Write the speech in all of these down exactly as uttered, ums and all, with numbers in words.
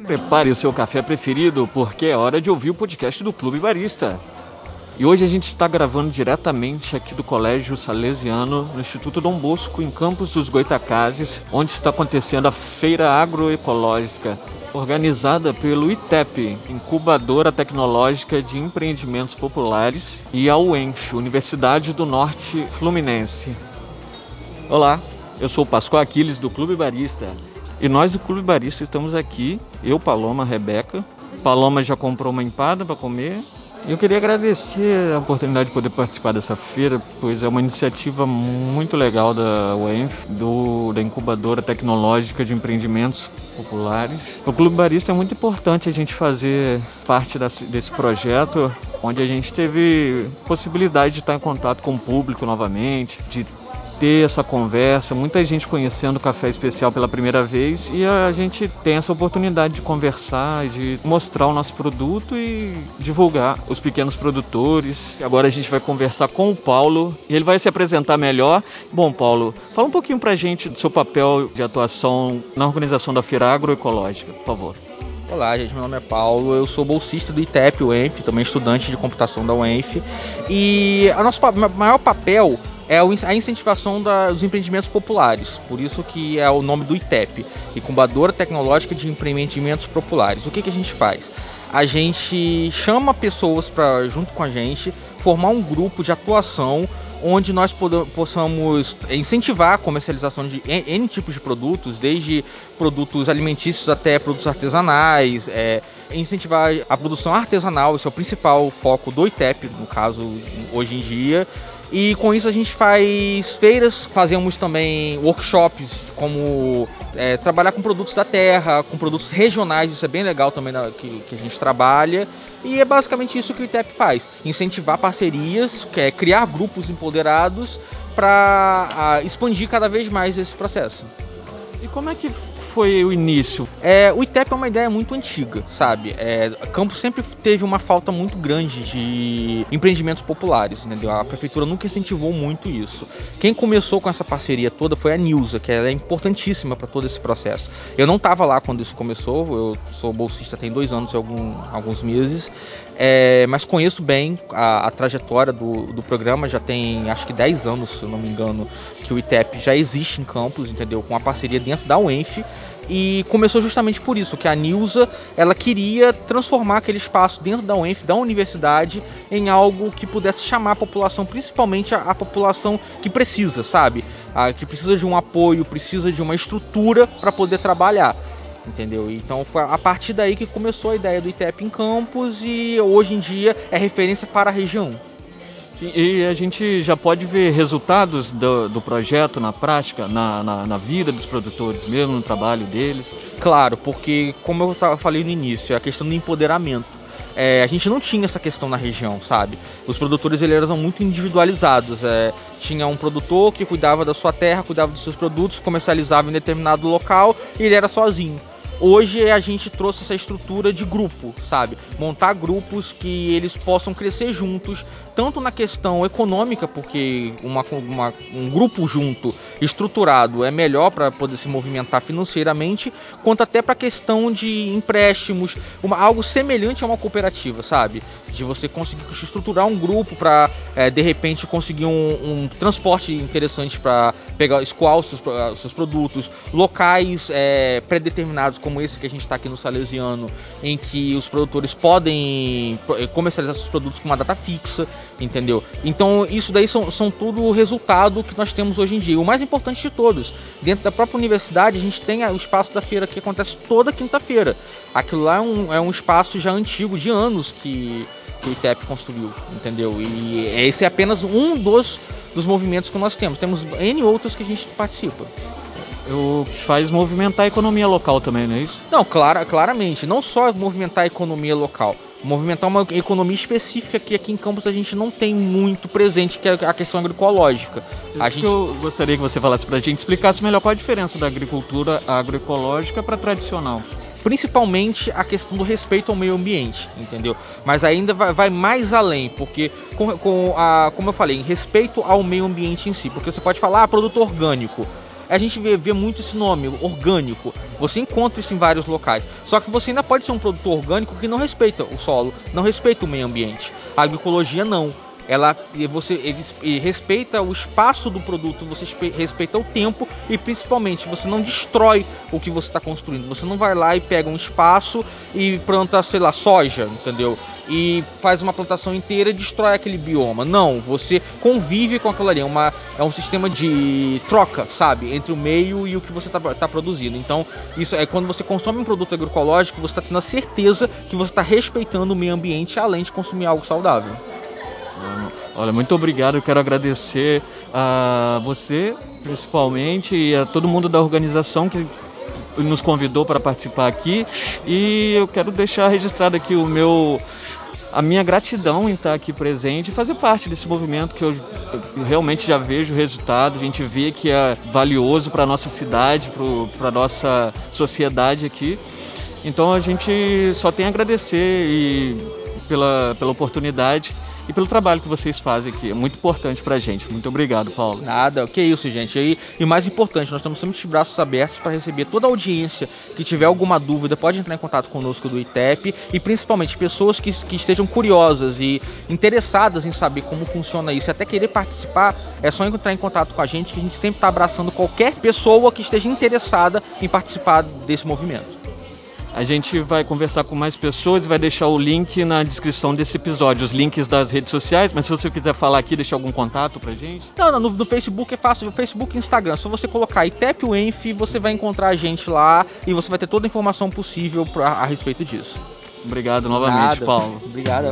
Prepare o seu café preferido, porque é hora de ouvir o podcast do Clube Barista. E hoje a gente está gravando diretamente aqui do Colégio Salesiano, no Instituto Dom Bosco, em Campos dos Goytacazes, onde está acontecendo a Feira Agroecológica, organizada pelo I T E P, Incubadora Tecnológica de Empreendimentos Populares, e a U E N F, Universidade do Norte Fluminense. Olá, eu sou o Pascoal Aquiles, do Clube Barista. E nós do Clube Barista estamos aqui, eu, Paloma, Rebeca. Paloma já comprou uma empada para comer. Eu queria agradecer a oportunidade de poder participar dessa feira, pois é uma iniciativa muito legal da U E N F, do, da Incubadora Tecnológica de Empreendimentos Populares. O Clube Barista é muito importante a gente fazer parte desse, desse projeto, onde a gente teve possibilidade de estar em contato com o público novamente, de ter essa conversa, muita gente conhecendo o Café Especial pela primeira vez, e a gente tem essa oportunidade de conversar, de mostrar o nosso produto e divulgar os pequenos produtores. Agora a gente vai conversar com o Paulo e ele vai se apresentar melhor. Bom, Paulo, fala um pouquinho pra gente do seu papel de atuação na organização da Feira Agroecológica, por favor. Olá, gente, meu nome é Paulo, eu sou bolsista do I T E P U E N F, também estudante de computação da U E N F, e o nosso maior papel é a incentivação dos empreendimentos populares, por isso que é o nome do I T E P, Incubadora Tecnológica de Empreendimentos Populares. O que, que a gente faz? A gente chama pessoas para, junto com a gente, formar um grupo de atuação onde nós possamos incentivar a comercialização de N tipos de produtos, desde produtos alimentícios até produtos artesanais, é, incentivar a produção artesanal, esse é o principal foco do I T E P, no caso, hoje em dia. E com isso a gente faz feiras, fazemos também workshops, como é, trabalhar com produtos da terra, com produtos regionais, isso é bem legal também na, que, que a gente trabalha. E é basicamente isso que o I T E P faz, incentivar parcerias, que é criar grupos empoderados para expandir cada vez mais esse processo. E como é que foi o início? É, o I T E P é uma ideia muito antiga, sabe? É, Campos sempre teve uma falta muito grande de empreendimentos populares, entendeu? A prefeitura nunca incentivou muito isso. Quem começou com essa parceria toda foi a Nilza, que ela é importantíssima para todo esse processo. Eu não estava lá quando isso começou, eu sou bolsista tem dois anos e algum, alguns meses, é, mas conheço bem a, a trajetória do, do programa, já tem acho que dez anos, se eu não me engano, que o I T E P já existe em Campos, entendeu? Com a parceria dentro da U E N F. E começou justamente por isso, que a Nilza, ela queria transformar aquele espaço dentro da U E N F, da universidade, em algo que pudesse chamar a população, principalmente a, a população que precisa, sabe? A, que precisa de um apoio, precisa de uma estrutura para poder trabalhar, entendeu? Então foi a partir daí que começou a ideia do I T E P em Campos e hoje em dia é referência para a região. Sim, e a gente já pode ver resultados do, do projeto na prática, na, na, na vida dos produtores mesmo, no trabalho deles? Claro, porque como eu falei no início, é a questão do empoderamento. É, a gente não tinha essa questão na região, sabe? Os produtores eles eram muito individualizados. É, tinha um produtor que cuidava da sua terra, cuidava dos seus produtos, comercializava em determinado local e ele era sozinho. Hoje a gente trouxe essa estrutura de grupo, sabe? Montar grupos que eles possam crescer juntos, tanto na questão econômica, porque uma, uma, um grupo junto, estruturado, é melhor para poder se movimentar financeiramente, quanto até para a questão de empréstimos, uma, algo semelhante a uma cooperativa, sabe? De você conseguir estruturar um grupo para, é, de repente, conseguir um, um transporte interessante para pegar, escoar os seus, os seus produtos, locais é, pré-determinados, como esse que a gente está aqui no Salesiano, em que os produtores podem comercializar seus produtos com uma data fixa, entendeu? Então isso daí são, são tudo o resultado que nós temos hoje em dia. O mais importante de todos, dentro da própria universidade a gente tem o espaço da feira que acontece toda quinta-feira. Aquilo lá é um, é um espaço já antigo, de anos que, que o I T E P construiu, entendeu? E esse é apenas um dos, dos movimentos que nós temos. Temos N outros que a gente participa. O que faz movimentar a economia local também, não é isso? Não, clara, claramente. Não só movimentar a economia local, movimentar uma economia específica que aqui em Campos a gente não tem muito presente, que é a questão agroecológica. A gente... que eu gostaria que você falasse pra gente, explicasse melhor qual a diferença da agricultura agroecológica para tradicional. Principalmente a questão do respeito ao meio ambiente, entendeu? Mas ainda vai, vai mais além, porque, com, com a, como eu falei, em respeito ao meio ambiente em si, porque você pode falar, ah, produto orgânico. a gente vê, vê muito esse nome, orgânico. Você encontra isso em vários locais. Só que você ainda pode ser um produtor orgânico que não respeita o solo, não respeita o meio ambiente. A agroecologia não. Ela você ele, respeita o espaço do produto, você respeita o tempo e principalmente você não destrói o que você está construindo. Você não vai lá e pega um espaço e planta, sei lá, soja, entendeu? E faz uma plantação inteira e destrói aquele bioma. Não, você convive com aquilo ali. É, uma, é um sistema de troca, sabe? Entre o meio e o que você está tá produzindo. Então, isso é quando você consome um produto agroecológico, você está tendo a certeza que você está respeitando o meio ambiente, além de consumir algo saudável. Olha, muito obrigado, eu quero agradecer a você, principalmente, e a todo mundo da organização que nos convidou para participar aqui, e eu quero deixar registrado aqui o meu, a minha gratidão em estar aqui presente e fazer parte desse movimento que eu, eu realmente já vejo o resultado, a gente vê que é valioso para a nossa cidade, para a nossa sociedade aqui, então a gente só tem a agradecer e, pela, pela oportunidade e pelo trabalho que vocês fazem aqui. É muito importante pra gente. Muito obrigado, Paulo. Nada, que isso, gente. E, e o mais importante, nós estamos sempre de braços abertos para receber toda a audiência que tiver alguma dúvida, pode entrar em contato conosco do I T E P e principalmente pessoas que, que estejam curiosas e interessadas em saber como funciona isso e até querer participar, é só entrar em contato com a gente, que a gente sempre está abraçando qualquer pessoa que esteja interessada em participar desse movimento. A gente vai conversar com mais pessoas e vai deixar o link na descrição desse episódio, os links das redes sociais, mas se você quiser falar aqui, deixar algum contato pra gente? Não, no, no Facebook é fácil, no Facebook e Instagram, só você colocar I T E P U E N F, você vai encontrar a gente lá e você vai ter toda a informação possível pra, a respeito disso. Obrigado novamente, Nada. Paulo. Obrigado.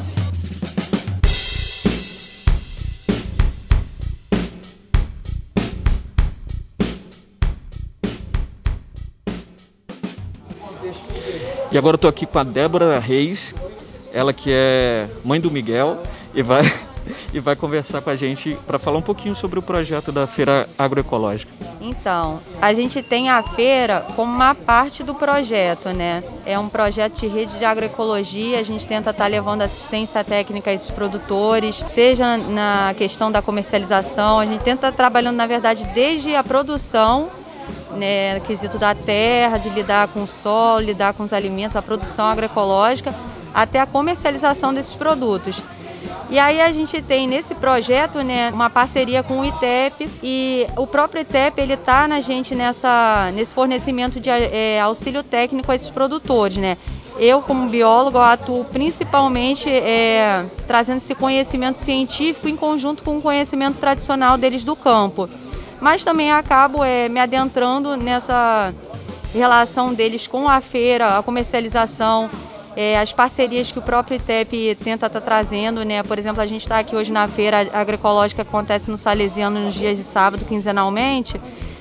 E agora eu tô aqui com a Débora Reis, ela que é mãe do Miguel, e vai, e vai conversar com a gente para falar um pouquinho sobre o projeto da Feira Agroecológica. Então, a gente tem a feira como uma parte do projeto, né? É um projeto de rede de agroecologia, a gente tenta estar levando assistência técnica a esses produtores, seja na questão da comercialização, a gente tenta estar trabalhando, na verdade, desde a produção, né, no quesito da terra, de lidar com o solo, lidar com os alimentos, a produção agroecológica, até a comercialização desses produtos. E aí a gente tem nesse projeto, né, uma parceria com o I T E P e o próprio I T E P ele está na gente nessa, nesse fornecimento de é, auxílio técnico a esses produtores, né? Eu, como biólogo, atuo principalmente é, trazendo esse conhecimento científico em conjunto com o conhecimento tradicional deles do campo. Mas também acabo é, me adentrando nessa relação deles com a feira, a comercialização, é, as parcerias que o próprio I T E P tenta estar tá trazendo, né? Por exemplo, a gente está aqui hoje na feira agroecológica que acontece no Salesiano nos dias de sábado, quinzenalmente,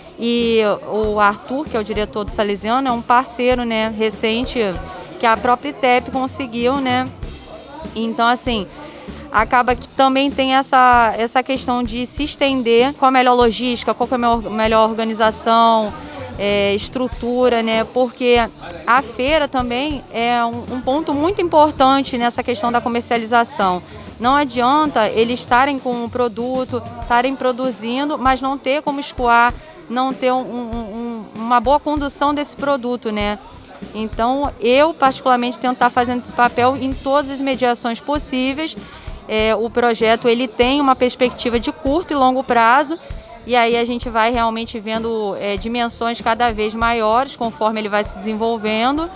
e o Arthur, que é o diretor do Salesiano, é um parceiro, né, recente que a própria I T E P conseguiu, né? Então, assim, acaba que também tem essa, essa questão de se estender com a melhor logística, qual que é a melhor organização, é, estrutura, né? Porque a feira também é um, um ponto muito importante nessa questão da comercialização. Não adianta eles estarem com o produto, estarem produzindo, mas não ter como escoar, não ter um, um, uma boa condução desse produto, né? Então, eu particularmente tento estar fazendo esse papel em todas as mediações possíveis. É, o projeto ele tem uma perspectiva de curto e longo prazo, e aí a gente vai realmente vendo é, dimensões cada vez maiores conforme ele vai se desenvolvendo,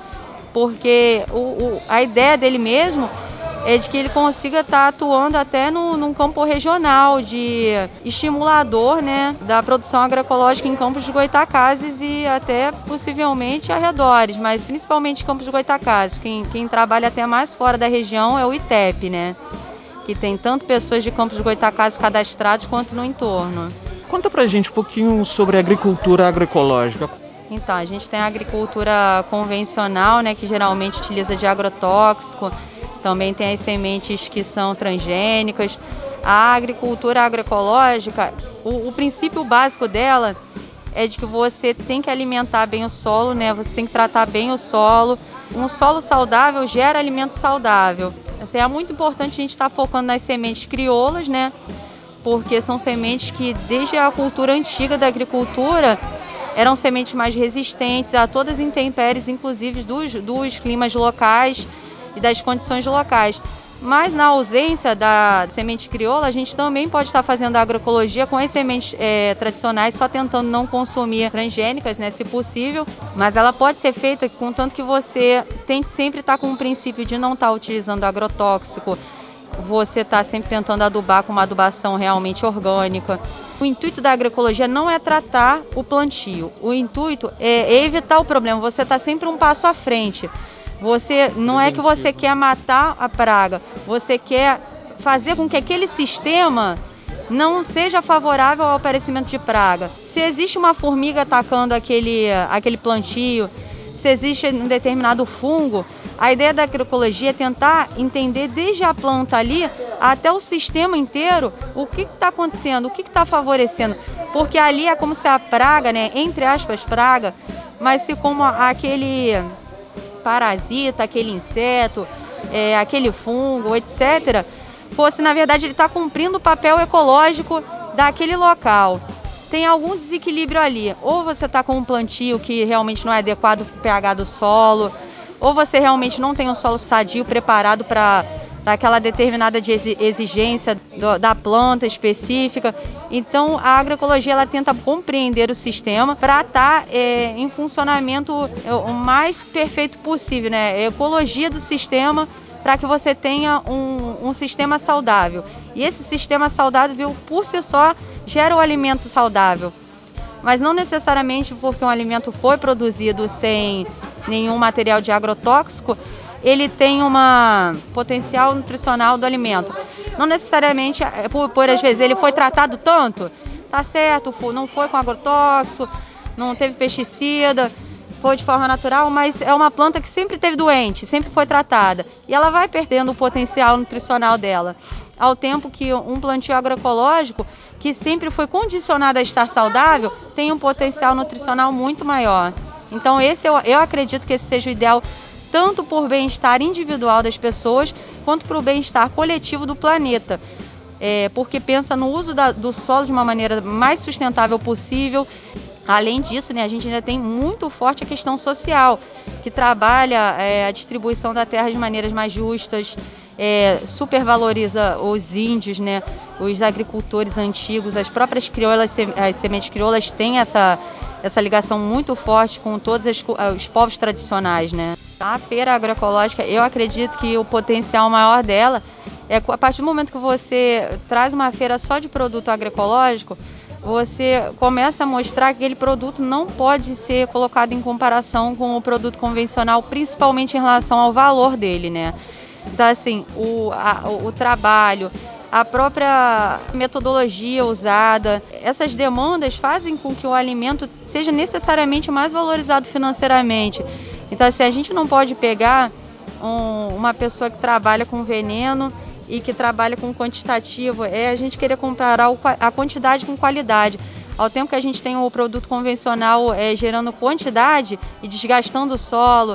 porque o, o, a ideia dele mesmo é de que ele consiga estar atuando até no, num campo regional de estimulador, né, da produção agroecológica em Campos de Goytacazes e até possivelmente arredores, mas principalmente Campos de Goytacazes. Quem, quem trabalha até mais fora da região é o I T E P, né, que tem tanto pessoas de Campos de Goytacazes cadastrados quanto no entorno. Conta pra gente um pouquinho sobre a agricultura agroecológica. Então, a gente tem a agricultura convencional, né, que geralmente utiliza de agrotóxico. Também tem as sementes que são transgênicas. A agricultura agroecológica, o, o princípio básico dela é de que você tem que alimentar bem o solo, né? Você tem que tratar bem o solo. Um solo saudável gera alimento saudável. Assim, é muito importante a gente estar focando nas sementes crioulas, né? porque são sementes que desde a cultura antiga da agricultura eram sementes mais resistentes a todas as intempéries, inclusive dos, dos climas locais e das condições locais. Mas na ausência da semente crioula, a gente também pode estar fazendo a agroecologia com as sementes é, tradicionais, só tentando não consumir transgênicas, né, se possível. Mas ela pode ser feita contanto que você tente sempre estar com o princípio de não estar utilizando agrotóxico, você está sempre tentando adubar com uma adubação realmente orgânica. O intuito da agroecologia não é tratar o plantio, o intuito é evitar o problema, você está sempre um passo à frente. Você, não é que você quer matar a praga, você quer fazer com que aquele sistema não seja favorável ao aparecimento de praga. Se existe uma formiga atacando aquele, aquele plantio, se existe um determinado fungo, a ideia da agroecologia é tentar entender desde a planta ali até o sistema inteiro o que está acontecendo, o que está favorecendo. Porque ali é como se a praga, né, entre aspas praga, mas se como aquele parasita, aquele inseto, é, aquele fungo, etcétera, fosse, na verdade, ele está cumprindo o papel ecológico daquele local. Tem algum desequilíbrio ali, ou você está com um plantio que realmente não é adequado para o pH do solo, ou você realmente não tem um solo sadio preparado para aquela determinada de exigência do, da planta específica. Então a agroecologia ela tenta compreender o sistema para estar é, em funcionamento o mais perfeito possível, né? Ecologia do sistema para que você tenha um, um sistema saudável. E esse sistema saudável por si só gera o alimento saudável. Mas não necessariamente porque um alimento foi produzido sem nenhum material de agrotóxico, ele tem um potencial nutricional do alimento. Não necessariamente, por, por às vezes, ele foi tratado tanto, tá certo, não foi com agrotóxico, não teve pesticida, foi de forma natural, mas é uma planta que sempre teve doente, sempre foi tratada. E ela vai perdendo o potencial nutricional dela. Ao tempo que um plantio agroecológico, que sempre foi condicionado a estar saudável, tem um potencial nutricional muito maior. Então esse eu, eu acredito que esse seja o ideal tanto por bem-estar individual das pessoas, quanto para o bem-estar coletivo do planeta. É, porque pensa no uso da, do solo de uma maneira mais sustentável possível. Além disso, né, a gente ainda tem muito forte a questão social, que trabalha é, a distribuição da terra de maneiras mais justas, é, supervaloriza os índios, né, os agricultores antigos, as próprias crioulas, as sementes crioulas têm essa, essa ligação muito forte com todos os, os povos tradicionais, né. A feira agroecológica, eu acredito que o potencial maior dela é a partir do momento que você traz uma feira só de produto agroecológico, você começa a mostrar que aquele produto não pode ser colocado em comparação com o produto convencional, principalmente em relação ao valor dele, né? Então, assim, o, a, o trabalho, a própria metodologia usada, essas demandas fazem com que o alimento seja necessariamente mais valorizado financeiramente. Então, assim, a gente não pode pegar um, uma pessoa que trabalha com veneno e que trabalha com quantitativo, é a gente querer comparar a quantidade com qualidade. Ao tempo que a gente tem o produto convencional é, gerando quantidade e desgastando o solo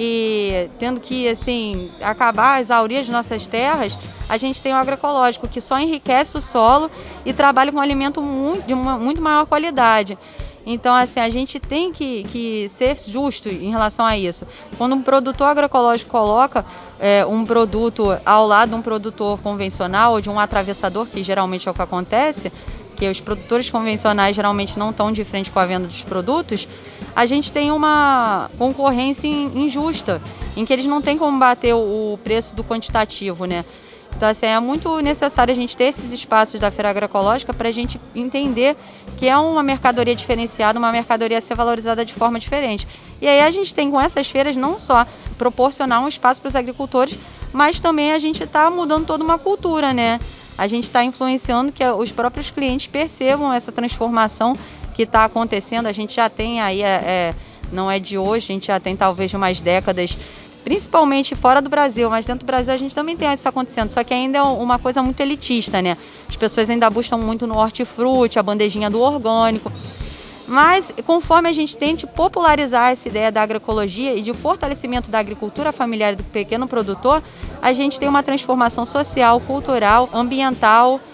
e tendo que assim, acabar, exaurir as nossas terras, a gente tem o agroecológico, que só enriquece o solo e trabalha com um alimento muito, de uma muito maior qualidade. Então, assim, a gente tem que, que ser justo em relação a isso. Quando um produtor agroecológico coloca é, um produto ao lado de um produtor convencional ou de um atravessador, que geralmente é o que acontece, que os produtores convencionais geralmente não estão de frente com a venda dos produtos, a gente tem uma concorrência injusta, em que eles não têm como bater o preço do quantitativo, né? Então, assim, é muito necessário a gente ter esses espaços da feira agroecológica para a gente entender que é uma mercadoria diferenciada, uma mercadoria a ser valorizada de forma diferente. E aí a gente tem com essas feiras não só proporcionar um espaço para os agricultores, mas também a gente está mudando toda uma cultura, né? A gente está influenciando que os próprios clientes percebam essa transformação que está acontecendo. A gente já tem aí, é, é, não é de hoje, a gente já tem talvez umas décadas, principalmente fora do Brasil, mas dentro do Brasil a gente também tem isso acontecendo, só que ainda é uma coisa muito elitista, né? As pessoas ainda buscam muito no hortifruti, a bandejinha do orgânico, mas conforme a gente tente popularizar essa ideia da agroecologia e de fortalecimento da agricultura familiar e do pequeno produtor, a gente tem uma transformação social, cultural, ambiental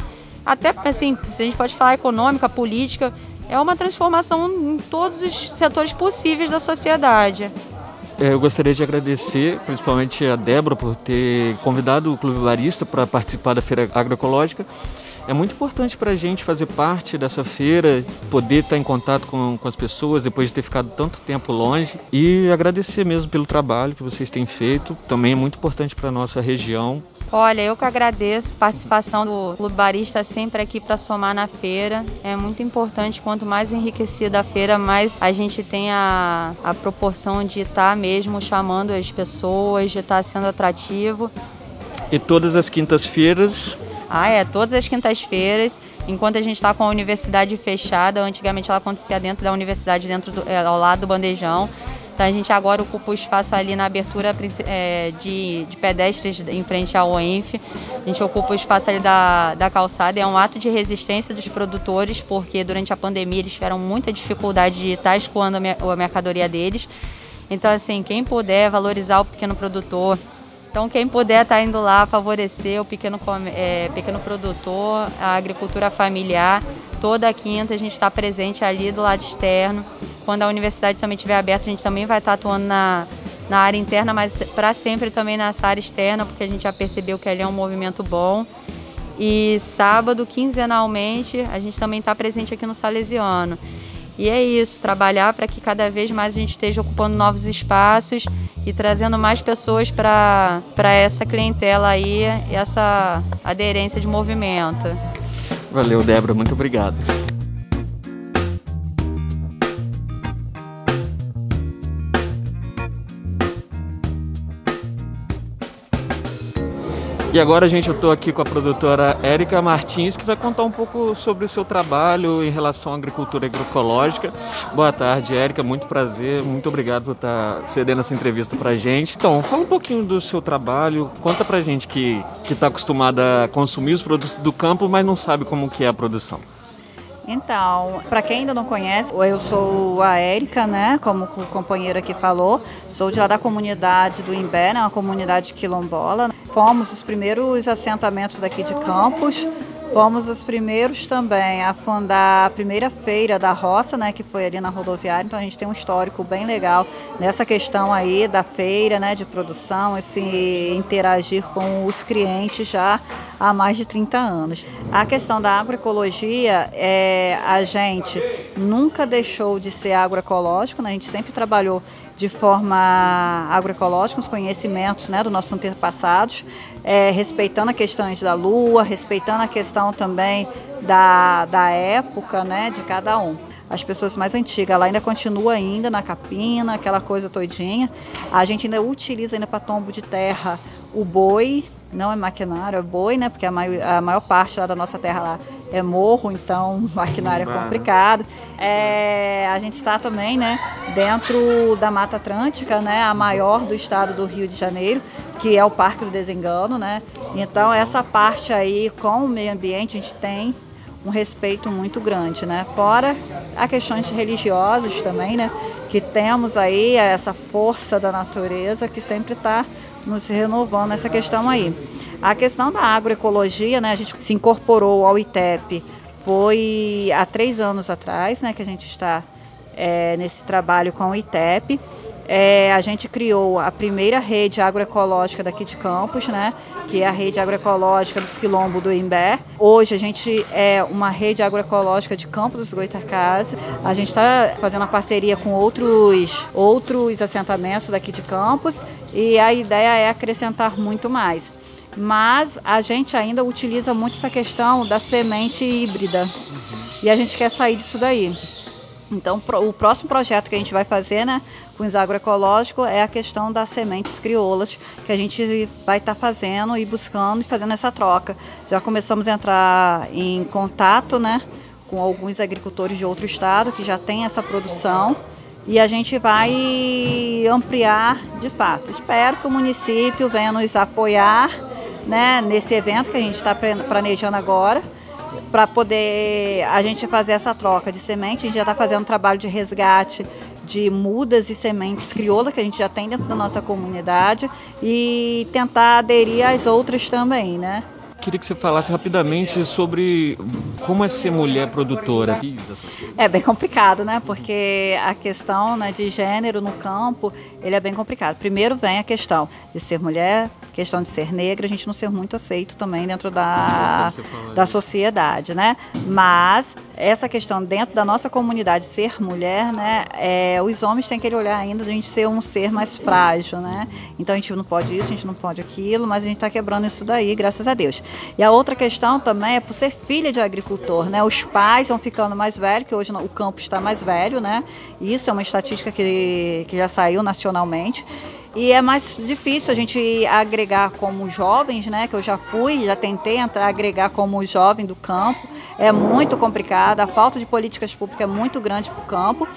até assim, se a gente pode falar econômica, política, é uma transformação em todos os setores possíveis da sociedade. Eu gostaria de agradecer principalmente a Débora por ter convidado o Clube Barista para participar da Feira Agroecológica. É muito importante para a gente fazer parte dessa feira, poder estar em contato com, com as pessoas depois de ter ficado tanto tempo longe, e agradecer mesmo pelo trabalho que vocês têm feito. Também é muito importante para a nossa região. Olha, eu que agradeço a participação do Clube Barista sempre aqui para somar na feira. É muito importante, quanto mais enriquecida a feira, mais a gente tem a, a proporção de estar mesmo chamando as pessoas, de estar sendo atrativo. E todas as quintas-feiras... Ah, é, todas as quintas-feiras, enquanto a gente está com a universidade fechada. Antigamente ela acontecia dentro da universidade, dentro do, é, ao lado do bandejão. Então a gente agora ocupa o espaço ali na abertura é, de, de pedestres em frente ao O E N F. A gente ocupa o espaço ali da, da calçada. É um ato de resistência dos produtores, porque durante a pandemia eles tiveram muita dificuldade de estar escoando a mercadoria deles. Então, assim, quem puder valorizar o pequeno produtor, então quem puder estar indo lá favorecer o pequeno, é, pequeno produtor, a agricultura familiar. Toda quinta a gente está presente ali do lado externo. Quando a universidade também estiver aberta, a gente também vai estar atuando na, na área interna, mas para sempre também nessa área externa, porque a gente já percebeu que ali é um movimento bom. E sábado, quinzenalmente, a gente também está presente aqui no Salesiano. E é isso, trabalhar para que cada vez mais a gente esteja ocupando novos espaços e trazendo mais pessoas para para essa clientela aí, essa aderência de movimento. Valeu, Débora, muito obrigado. E agora, gente, eu estou aqui com a produtora Érica Martins, que vai contar um pouco sobre o seu trabalho em relação à agricultura agroecológica. Boa tarde, Érica, muito prazer, muito obrigado por estar cedendo essa entrevista pra gente. Então, fala um pouquinho do seu trabalho, conta pra gente que está acostumada a consumir os produtos do campo, mas não sabe como que é a produção. Então, para quem ainda não conhece, eu sou a Érica, né, como o companheiro aqui falou, sou de lá da comunidade do Imbé, né, uma comunidade quilombola. Fomos os primeiros assentamentos daqui de Campos, fomos os primeiros também a fundar a primeira feira da roça, né, que foi ali na rodoviária. Então a gente tem um histórico bem legal nessa questão aí da feira, né, de produção, esse interagir com os clientes já há mais de trinta anos. A questão da agroecologia, é, a gente nunca deixou de ser agroecológico, né, a gente sempre trabalhou de forma agroecológica, os conhecimentos, né, dos nossos antepassados, é, respeitando as questões da lua, respeitando a questão também da, da época, né, de cada um. As pessoas mais antigas, ela ainda continua ainda na capina, aquela coisa todinha. A gente ainda utiliza ainda para tombo de terra o boi, não é maquinário, é boi, né? Porque a maior, a maior parte lá da nossa terra lá é morro, então maquinário é complicado. É, a gente está também, né, dentro da Mata Atlântica, né, a maior do estado do Rio de Janeiro, que é o Parque do Desengano, né? Então essa parte aí com o meio ambiente a gente tem um respeito muito grande, né? Fora a questões religiosas também, né? Que temos aí essa força da natureza que sempre está nos renovando nessa questão aí. A questão da agroecologia, né? A gente se incorporou ao I T E P, foi há três anos atrás, né? Que a gente está é, nesse trabalho com o I T E P. É, a gente criou a primeira rede agroecológica daqui de Campos, né, que é a rede agroecológica dos quilombos do Imbé. Hoje a gente é uma rede agroecológica de Campos dos Goytacazes. A gente está fazendo uma parceria com outros, outros assentamentos daqui de Campos e a ideia é acrescentar muito mais. Mas a gente ainda utiliza muito essa questão da semente híbrida e a gente quer sair disso daí. Então, o próximo projeto que a gente vai fazer, né, com os agroecológicos é a questão das sementes crioulas, que a gente vai estar tá fazendo e buscando e fazendo essa troca. Já começamos a entrar em contato, né, com alguns agricultores de outro estado que já têm essa produção e a gente vai ampliar de fato. Espero que o município venha nos apoiar, né, nesse evento que a gente está planejando agora, para poder a gente fazer essa troca de semente. A gente já está fazendo um trabalho de resgate de mudas e sementes crioulas que a gente já tem dentro da nossa comunidade e tentar aderir às outras também, né? queria que você falasse rapidamente sobre como é ser mulher produtora. É bem complicado, né? Porque a questão, né, de gênero no campo, ele é bem complicado. Primeiro vem a questão de ser mulher, questão de ser negra, a gente não ser muito aceito também dentro da, da sociedade, né? Mas essa questão dentro da nossa comunidade ser mulher, né? É, os homens têm aquele olhar ainda de a gente ser um ser mais frágil, né? Então a gente não pode isso, a gente não pode aquilo, mas a gente está quebrando isso daí, graças a Deus. E a outra questão também é por ser filha de agricultor, né? Os pais vão ficando mais velhos, que hoje o campo está mais velho, né? Isso é uma estatística que, que já saiu nacionalmente. E é mais difícil a gente agregar como jovens, né? Que eu já fui, já tentei entrar, agregar como jovem do campo. É muito complicado, a falta de políticas públicas é muito grande para o campo.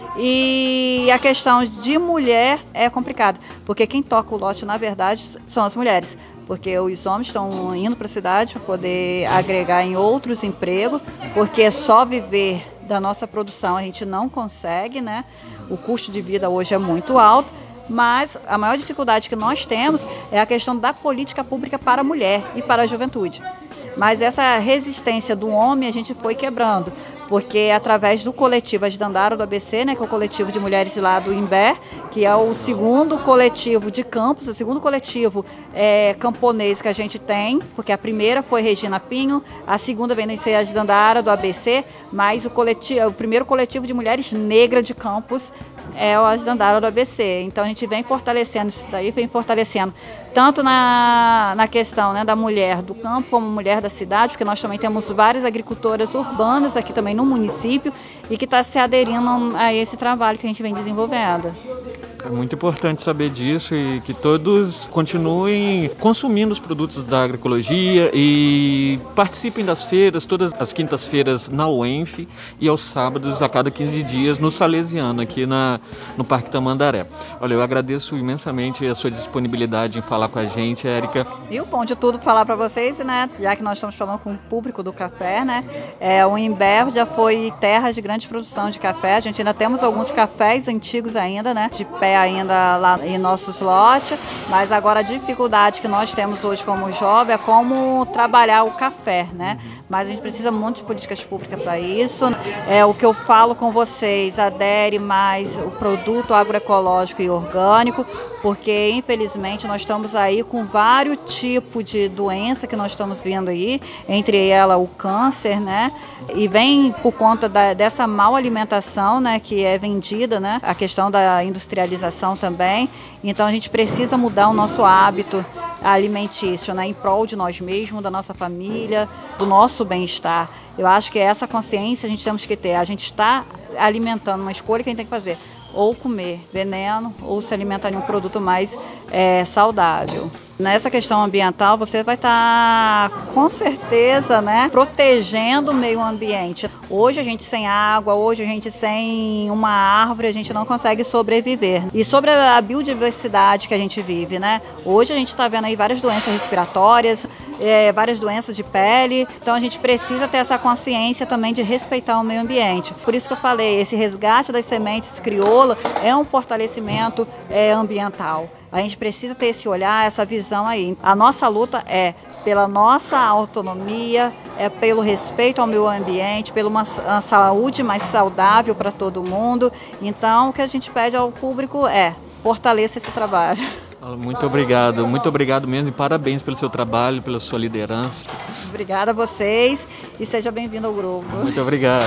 E a questão de mulher é complicada, porque quem toca o lote, na verdade, são as mulheres. Porque os homens estão indo para a cidade para poder agregar em outros empregos, porque só viver da nossa produção a gente não consegue, né? O custo de vida hoje é muito alto. Mas a maior dificuldade que nós temos é a questão da política pública para a mulher e para a juventude. Mas essa resistência do homem a gente foi quebrando, porque através do coletivo As Dandara do A B C, né, que é o coletivo de mulheres lá do Imbé, que é o segundo coletivo de campos, o segundo coletivo é, camponês que a gente tem, porque a primeira foi Regina Pinho, a segunda vem a ser As Dandara do A B C, mas o, coletivo, o primeiro coletivo de mulheres negras de campos é o As Dandara do A B C. Então a gente vem fortalecendo isso daí, vem fortalecendo tanto na, na questão, né, da mulher do campo como mulher da cidade, porque nós também temos várias agricultoras urbanas aqui também no município e que está se aderindo a esse trabalho que a gente vem desenvolvendo. É muito importante saber disso e que todos continuem consumindo os produtos da agroecologia e participem das feiras, todas as quintas-feiras na U E N F e aos sábados a cada quinze dias no Salesiano, aqui na, no Parque Tamandaré. Olha, eu agradeço imensamente a sua disponibilidade em falar com a gente, Érica. E o bom de tudo falar para vocês, né, já que nós estamos falando com o público do café, né, é, o Imbé já foi terra de grande produção de café, a gente ainda temos alguns cafés antigos ainda, né, de pé ainda lá em nossos lotes, mas agora a dificuldade que nós temos hoje como jovem é como trabalhar o café, né? Mas a gente precisa muito de políticas públicas para isso. É o que eu falo com vocês, adere mais o produto agroecológico e orgânico, porque infelizmente nós estamos aí com vários tipos de doença que nós estamos vendo aí, entre elas o câncer, né? E vem por conta da, dessa mal alimentação, né, que é vendida, né? A questão da industrialização também. Então a gente precisa mudar o nosso hábito alimentício, né, em prol de nós mesmos, da nossa família, do nosso bem-estar. Eu acho que essa consciência a gente temos que ter. A gente está alimentando, uma escolha que a gente tem que fazer, ou comer veneno ou se alimentar de um produto mais é, saudável. Nessa questão ambiental, você vai estar, tá, com certeza, né, protegendo o meio ambiente. Hoje a gente sem água, hoje a gente sem uma árvore, a gente não consegue sobreviver. E sobre a biodiversidade que a gente vive, né? Hoje a gente está vendo aí várias doenças respiratórias, é, várias doenças de pele. Então a gente precisa ter essa consciência também de respeitar o meio ambiente. Por isso que eu falei, esse resgate das sementes crioula é um fortalecimento é, ambiental. A gente precisa ter esse olhar, essa visão aí. A nossa luta é pela nossa autonomia, é pelo respeito ao meio ambiente, pela uma, uma saúde mais saudável para todo mundo. Então, o que a gente pede ao público é fortaleça esse trabalho. Muito obrigado, muito obrigado mesmo e parabéns pelo seu trabalho, pela sua liderança. Obrigada a vocês e seja bem-vindo ao grupo. Muito obrigado.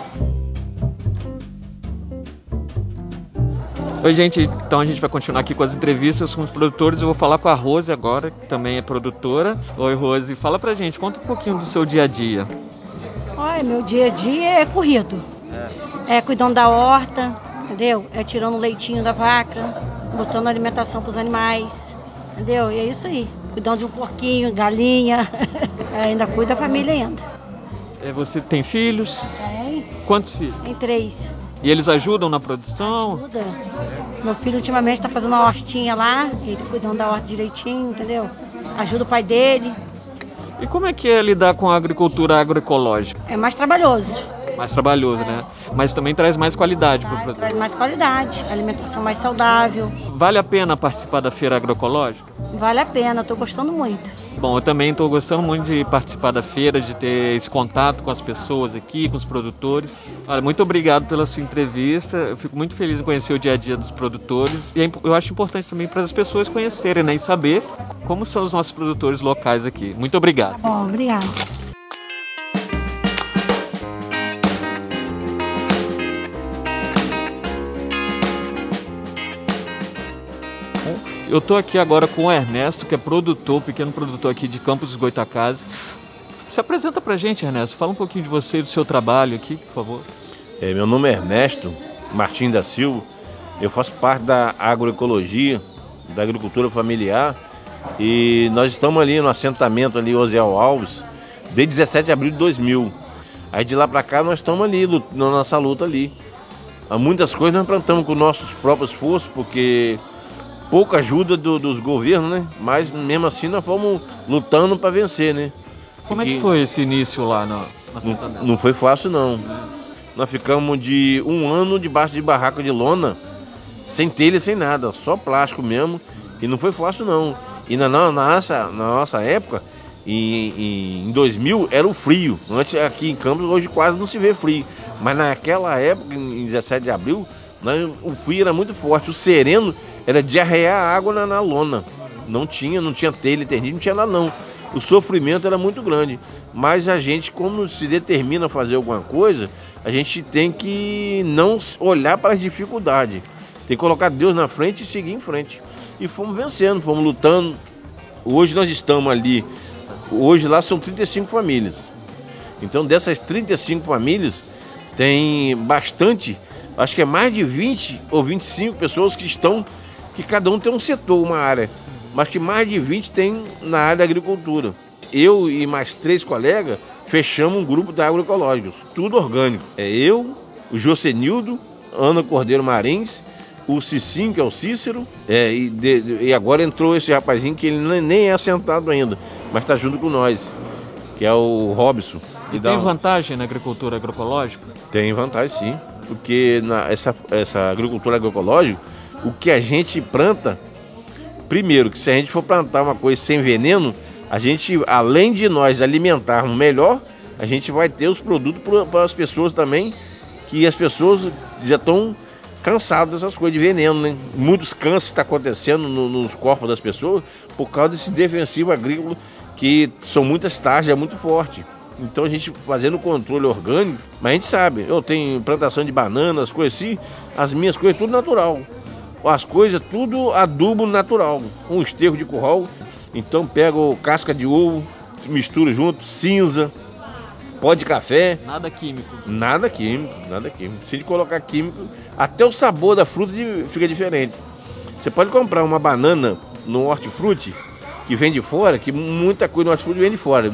Oi, gente, então a gente vai continuar aqui com as entrevistas com os produtores. Eu vou falar com a Rose agora, que também é produtora. Oi, Rose, fala pra gente, conta um pouquinho do seu dia a dia. Olha, meu dia a dia é corrido. É, é cuidando da horta, entendeu? É tirando o leitinho da vaca, botando alimentação pros animais, entendeu? E é isso aí, cuidando de um porquinho, galinha, é, ainda cuida da família ainda. É, você tem filhos? Tem. Quantos filhos? Tem três. E eles ajudam na produção? Ajuda. Meu filho ultimamente está fazendo uma hortinha lá, ele cuidando da horta direitinho, entendeu? Ajuda o pai dele. E como é que é lidar com a agricultura agroecológica? É mais trabalhoso. Mais trabalhoso, é. Né? Mas também traz mais qualidade para o produto. Traz mais qualidade, alimentação mais saudável. Vale a pena participar da feira agroecológica? Vale a pena, estou gostando muito. Bom, eu também estou gostando muito de participar da feira, de ter esse contato com as pessoas aqui, com os produtores. Olha, muito obrigado pela sua entrevista. Eu fico muito feliz em conhecer o dia a dia dos produtores. E eu acho importante também para as pessoas conhecerem, né, e saber como são os nossos produtores locais aqui. Muito obrigado. Tá bom, obrigado. Eu estou aqui agora com o Ernesto, que é produtor, pequeno produtor aqui de Campos dos Goytacazes. Se apresenta pra gente, Ernesto. Fala um pouquinho de você e do seu trabalho aqui, por favor. É, meu nome é Ernesto Martins da Silva. Eu faço parte da agroecologia, da agricultura familiar. E nós estamos ali no assentamento ali, Osiel Alves, desde dezessete de abril de dois mil. Aí de lá pra cá nós estamos ali, na nossa luta ali. Há muitas coisas nós plantamos com nossos próprios esforços, porque... pouca ajuda do, dos governos, né? Mas mesmo assim nós fomos lutando para vencer, né? Como Porque é que foi esse início lá no, na não, não foi fácil não. É. Nós ficamos de um ano debaixo de barraca de lona, sem telha e sem nada, só plástico mesmo. E não foi fácil não. E na, na, nossa, na nossa época, em, em dois mil, era o frio. Antes aqui em Campos hoje quase não se vê frio. Mas naquela época, em dezessete de abril, nós, o frio era muito forte. O sereno era de arrear água na, na lona. Não tinha, não tinha telha, não tinha nada não. O sofrimento era muito grande. Mas a gente, como se determina a fazer alguma coisa, a gente tem que não olhar para as dificuldades. Tem que colocar Deus na frente e seguir em frente. E fomos vencendo, fomos lutando. Hoje nós estamos ali. Hoje lá são trinta e cinco famílias. Então dessas trinta e cinco famílias, tem bastante, acho que é mais de vinte ou vinte e cinco pessoas que estão, que cada um tem um setor, uma área, mas que mais de vinte tem na área da agricultura. Eu e mais três colegas fechamos um grupo da agroecológica, tudo orgânico. É eu, o Josenildo, Ana Cordeiro Marins, o Cicinho, que é o Cícero, é, e, de, e agora entrou esse rapazinho que ele nem é assentado ainda, mas está junto com nós, que é o Robson. E, e tem um... vantagem na agricultura agroecológica? Tem vantagem sim, porque na, essa, essa agricultura agroecológica, o que a gente planta, primeiro, que se a gente for plantar uma coisa sem veneno, a gente, além de nós alimentarmos melhor, a gente vai ter os produtos para as pessoas também, que as pessoas já estão cansadas dessas coisas de veneno, né? Muitos cânceres estão acontecendo no, nos corpos das pessoas por causa desse defensivo agrícola, que são muitas taxas, é muito forte. Então a gente fazendo controle orgânico, mas a gente sabe, eu tenho plantação de bananas, coisas assim, as minhas coisas tudo natural. As coisas tudo adubo natural, um esterco de curral, então pego casca de ovo, misturo junto, cinza, pó de café. Nada químico. Nada químico, nada químico. Se a gente colocar químico, até o sabor da fruta fica diferente. Você pode comprar uma banana no hortifruti, que vem de fora, que muita coisa no hortifruti vem de fora.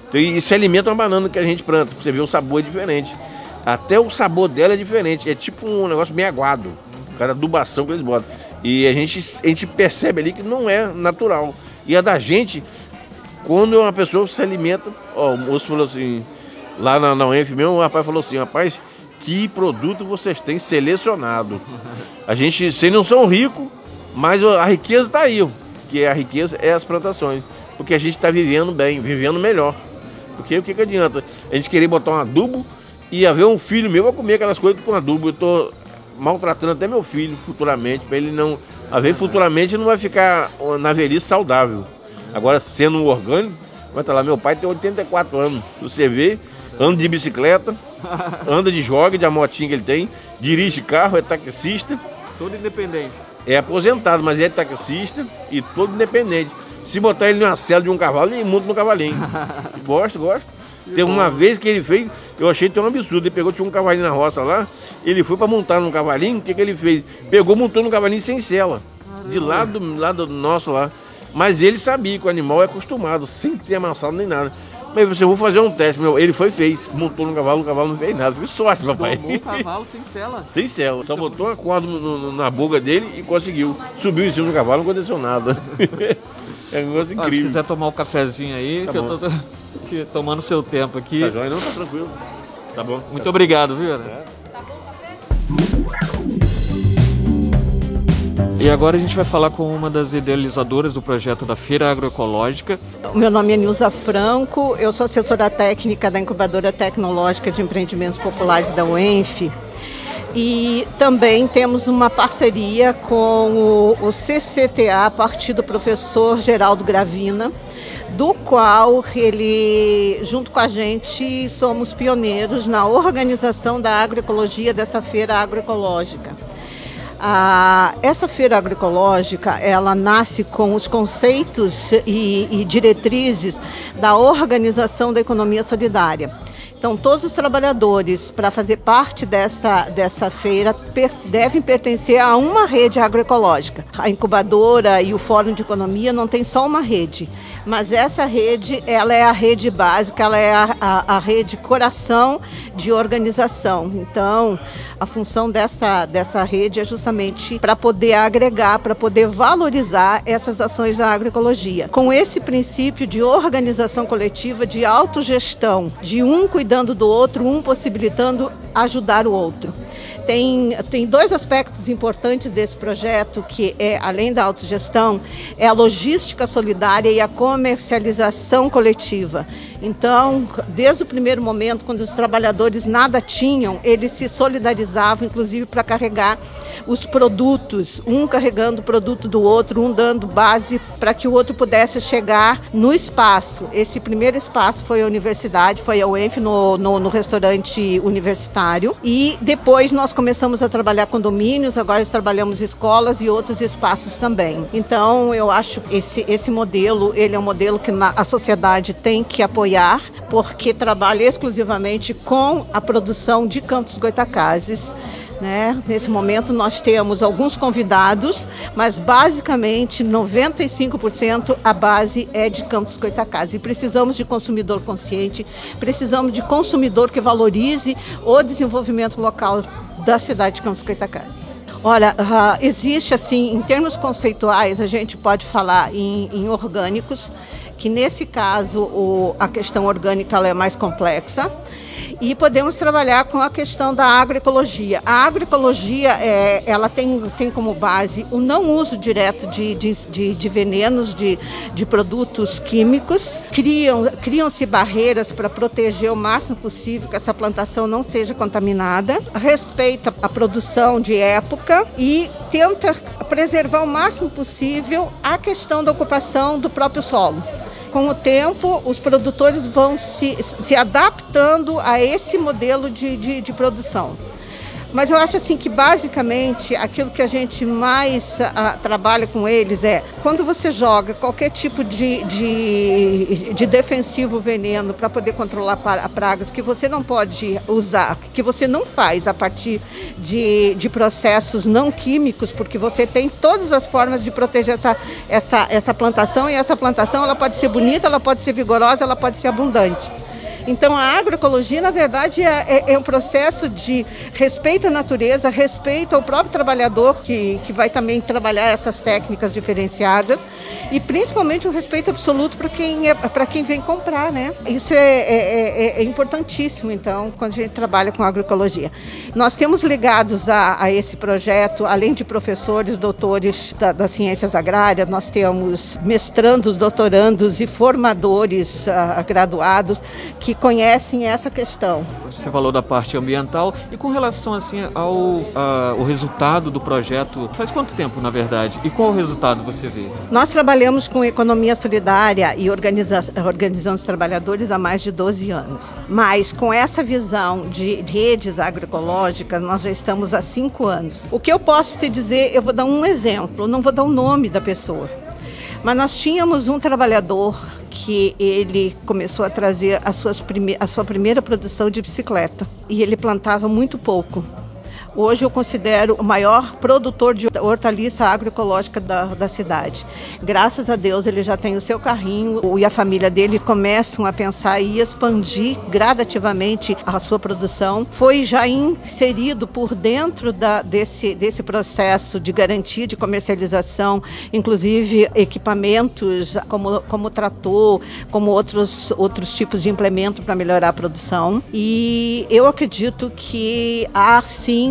E se alimenta uma banana que a gente planta, pra você ver o sabor é diferente. Até o sabor dela é diferente, é tipo um negócio meio aguado, cada adubação que eles botam. E a gente, a gente percebe ali que não é natural. E a da gente, quando uma pessoa se alimenta, ó, o moço falou assim, lá na, na U E N F mesmo, o rapaz falou assim, rapaz, que produto vocês têm selecionado. A gente, vocês não são ricos, mas a riqueza está aí, ó, que a riqueza é as plantações, porque a gente está vivendo bem, vivendo melhor. Porque o que, que adianta? A gente querer botar um adubo e haver um filho meu a comer aquelas coisas com adubo. Eu estou maltratando até meu filho futuramente, para ele não... Haver futuramente não vai ficar na velhice saudável. Agora, sendo um orgânico, vai estar lá, meu pai tem oitenta e quatro anos, você vê, anda de bicicleta, anda de jogue, de a motinha que ele tem, dirige carro, é taxista. Todo independente. É aposentado, mas é taxista e todo independente. Se botar ele numa cela de um cavalo, ele monta no cavalinho. Gosto, gosto. Tem uma vez que ele fez, eu achei tão absurdo. Ele pegou, tinha um cavalinho na roça lá, ele foi pra montar no cavalinho, o que, que ele fez? Pegou, montou no cavalinho sem cela. De lado, lado nosso lá. Mas ele sabia que o animal é acostumado, sem ter amassado nem nada. Mas você, vou fazer um teste, meu. Ele foi fez, montou no cavalo, o cavalo não fez nada. Foi sorte, papai. Tomou um cavalo sem cela. Sem cela. Só botou uma corda no, no, na boca dele e conseguiu. Subiu em cima do cavalo, não aconteceu nada. É um negócio incrível. Ó, se quiser tomar um cafezinho aí, tá que bom. Eu tô tomando seu tempo aqui. Tá jóia, não? Tá tranquilo. Tá bom. Muito tá obrigado, viu, Ana? É. Tá bom o café? E agora a gente vai falar com uma das idealizadoras do projeto da Feira Agroecológica. Meu nome é Nilza Franco, eu sou assessora técnica da Incubadora Tecnológica de Empreendimentos Populares da U E N F. E também temos uma parceria com o, o C C T A, a partir do professor Geraldo Gravina, do qual ele, junto com a gente, somos pioneiros na organização da agroecologia dessa feira agroecológica. Ah, essa feira agroecológica, ela nasce com os conceitos e, e diretrizes da organização da economia solidária. Então, todos os trabalhadores, para fazer parte dessa, dessa feira, per, devem pertencer a uma rede agroecológica. A incubadora e o Fórum de Economia não tem só uma rede, mas essa rede, ela é a rede básica, ela é a, a, a rede coração de organização. Então, a função dessa, dessa rede é justamente para poder agregar, para poder valorizar essas ações da agroecologia. Com esse princípio de organização coletiva, de autogestão, de um cuidando do outro, um possibilitando ajudar o outro. Tem, tem dois aspectos importantes desse projeto, que é, além da autogestão, é a logística solidária e a comercialização coletiva. Então, desde o primeiro momento, quando os trabalhadores nada tinham, eles se solidarizavam, inclusive para carregar os produtos, um carregando o produto do outro, um dando base para que o outro pudesse chegar no espaço. Esse primeiro espaço foi a universidade, foi a U E N F no, no, no restaurante universitário, e depois nós começamos a trabalhar condomínios, agora trabalhamos escolas e outros espaços também. Então, eu acho que esse, esse modelo, ele é um modelo que a sociedade tem que apoiar, porque trabalha exclusivamente com a produção de Campos Goytacazes. Né? Nesse momento nós temos alguns convidados, mas basicamente noventa e cinco por cento a base é de Campos Goytacazes. E precisamos de consumidor consciente, precisamos de consumidor que valorize o desenvolvimento local da cidade de Campos Goytacazes. Olha, uh, existe assim, em termos conceituais, a gente pode falar em, em orgânicos, que nesse caso o, a questão orgânica ela é mais complexa. E podemos trabalhar com a questão da agroecologia. A agroecologia, é, ela tem, tem como base o não uso direto de, de, de, de venenos, de, de produtos químicos. Criam, criam-se barreiras para proteger o máximo possível que essa plantação não seja contaminada. Respeita a produção de época e tenta preservar o máximo possível a questão da ocupação do próprio solo. Com o tempo, os produtores vão se, se adaptando a esse modelo de, de, de produção. Mas eu acho assim que basicamente aquilo que a gente mais a, trabalha com eles é quando você joga qualquer tipo de, de, de defensivo veneno para poder controlar pragas que você não pode usar, que você não faz a partir de, de processos não químicos, porque você tem todas as formas de proteger essa, essa, essa plantação, e essa plantação ela pode ser bonita, ela pode ser vigorosa, ela pode ser abundante. Então a agroecologia, na verdade, é, é, é um processo de respeito à natureza, respeito ao próprio trabalhador que, que vai também trabalhar essas técnicas diferenciadas, e principalmente um respeito absoluto para quem, é, para quem vem comprar, né? Isso é, é, é, é importantíssimo, então, quando a gente trabalha com agroecologia. Nós temos ligados a, a esse projeto, além de professores, doutores da, das ciências agrárias, nós temos mestrandos, doutorandos e formadores uh, graduados que conhecem essa questão. Você falou da parte ambiental, e com relação assim ao uh, o resultado do projeto, faz quanto tempo, na verdade? E qual o resultado você vê? Nós trabalhamos com economia solidária e organiza- organizando os trabalhadores há mais de doze anos. Mas com essa visão de redes agroecológicas, nós já estamos há cinco anos. O que eu posso te dizer, eu vou dar um exemplo, não vou dar o nome da pessoa. Mas nós tínhamos um trabalhador que ele começou a trazer as suas prime- a sua primeira produção de bicicleta. E ele plantava muito pouco. Hoje eu considero o maior produtor de hortaliça agroecológica da, da cidade. Graças a Deus ele já tem o seu carrinho e a família dele começam a pensar em expandir gradativamente a sua produção. Foi já inserido por dentro da, desse, desse processo de garantia de comercialização, inclusive equipamentos como, como trator, como outros, outros tipos de implemento para melhorar a produção. E eu acredito que há sim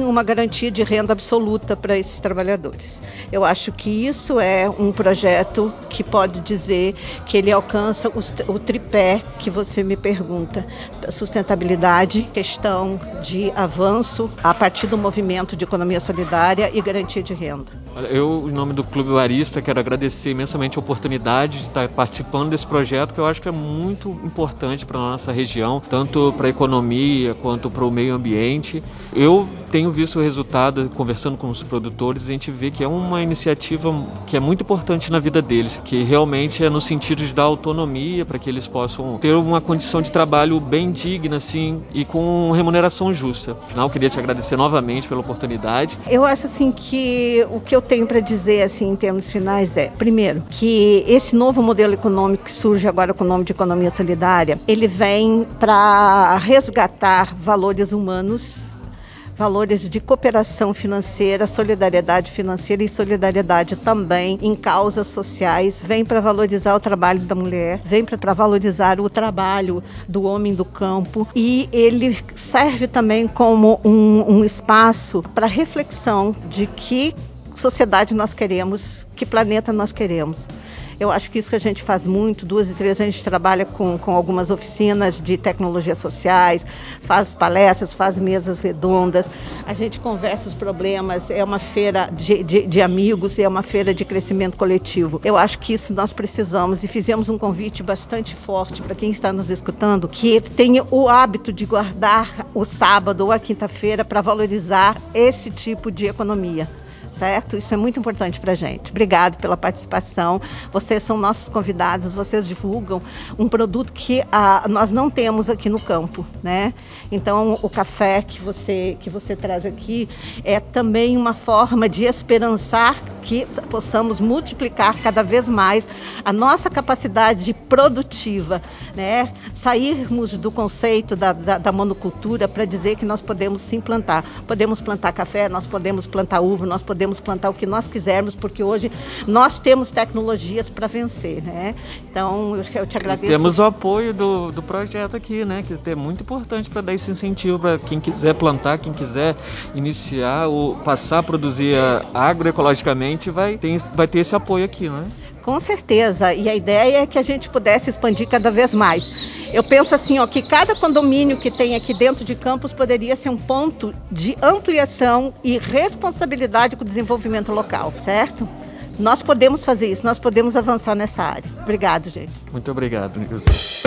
uma garantia de renda absoluta para esses trabalhadores. Eu acho que isso é um projeto que pode dizer que ele alcança o tripé que você me pergunta: sustentabilidade, questão de avanço a partir do movimento de economia solidária e garantia de renda. Eu, em nome do Clube Barista, quero agradecer imensamente a oportunidade de estar participando desse projeto, que eu acho que é muito importante para a nossa região, tanto para a economia quanto para o meio ambiente. Eu tenho visto o resultado, conversando com os produtores, a gente vê que é uma iniciativa que é muito importante na vida deles, que realmente é no sentido de dar autonomia para que eles possam ter uma condição de trabalho bem digna, assim, e com remuneração justa. Afinal, eu queria te agradecer novamente pela oportunidade. Eu acho assim que o que eu tenho para dizer assim em termos finais é, primeiro, que esse novo modelo econômico que surge agora com o nome de economia solidária, ele vem para resgatar valores humanos, valores de cooperação financeira, solidariedade financeira e solidariedade também em causas sociais, vem para valorizar o trabalho da mulher, vem para valorizar o trabalho do homem do campo, e ele serve também como um, um espaço para reflexão de que sociedade nós queremos, que planeta nós queremos. Eu acho que isso que a gente faz muito, duas e três, a gente trabalha com, com algumas oficinas de tecnologias sociais, faz palestras, faz mesas redondas, a gente conversa os problemas, é uma feira de, de, de amigos, é uma feira de crescimento coletivo. Eu acho que isso nós precisamos, e fizemos um convite bastante forte para quem está nos escutando, que tenha o hábito de guardar o sábado ou a quinta-feira para valorizar esse tipo de economia. Certo? Isso é muito importante para a gente. Obrigado pela participação. Vocês são nossos convidados, vocês divulgam um produto que ah, nós não temos aqui no campo, né? Então, o café que você, que você traz aqui é também uma forma de esperançar que possamos multiplicar cada vez mais a nossa capacidade produtiva, né? Sairmos do conceito da, da, da monocultura para dizer que nós podemos sim plantar. Podemos plantar café, nós podemos plantar uva, nós podemos plantar o que nós quisermos, porque hoje nós temos tecnologias para vencer, né? Então, eu, eu te agradeço. E temos o apoio do, do projeto aqui, né? Que é muito importante para dar esse incentivo para quem quiser plantar, quem quiser iniciar ou passar a produzir agroecologicamente, vai ter, vai ter esse apoio aqui, né? Com certeza, e a ideia é que a gente pudesse expandir cada vez mais. Eu penso assim, ó, que cada condomínio que tem aqui dentro de Campos poderia ser um ponto de ampliação e responsabilidade com o desenvolvimento local, certo? Nós podemos fazer isso, nós podemos avançar nessa área. Obrigado, gente. Muito obrigado, Nilson.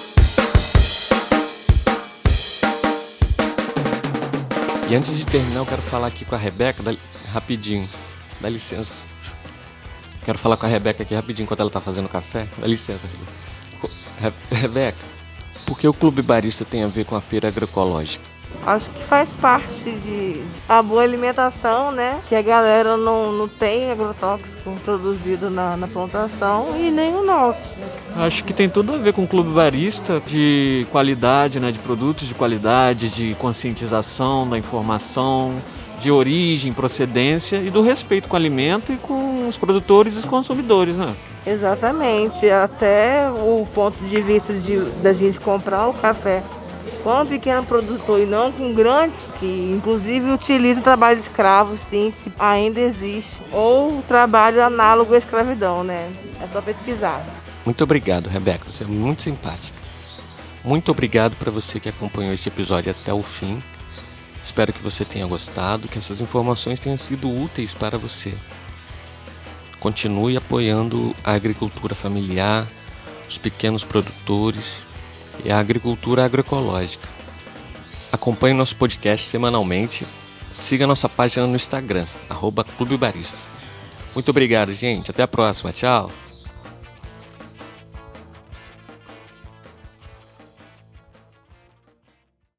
E antes de terminar, eu quero falar aqui com a Rebeca, dá, rapidinho, dá licença. Quero falar com a Rebeca aqui rapidinho enquanto ela está fazendo café. Dá licença, Rebeca. Rebeca, por que o Clube Barista tem a ver com a feira agroecológica? Acho que faz parte de a boa alimentação, né? Que a galera não, não tem agrotóxico produzido na, na plantação e nem o nosso. Acho que tem tudo a ver com o Clube Barista, de qualidade, né? De produtos de qualidade, de conscientização da informação, de origem, procedência e do respeito com o alimento e com os produtores e os consumidores, né? Exatamente, até o ponto de vista de, da gente comprar o café com um pequeno produtor e não com um grande, que inclusive utiliza o trabalho de escravo, sim, se ainda existe, ou o trabalho análogo à escravidão, né? É só pesquisar. Muito obrigado, Rebeca, você é muito simpática. Muito obrigado para você que acompanhou este episódio até o fim. Espero que você tenha gostado, que essas informações tenham sido úteis para você. Continue apoiando a agricultura familiar, os pequenos produtores e a agricultura agroecológica. Acompanhe nosso podcast semanalmente. Siga nossa página no Instagram, arroba Clube Barista. Muito obrigado, gente. Até a próxima. Tchau.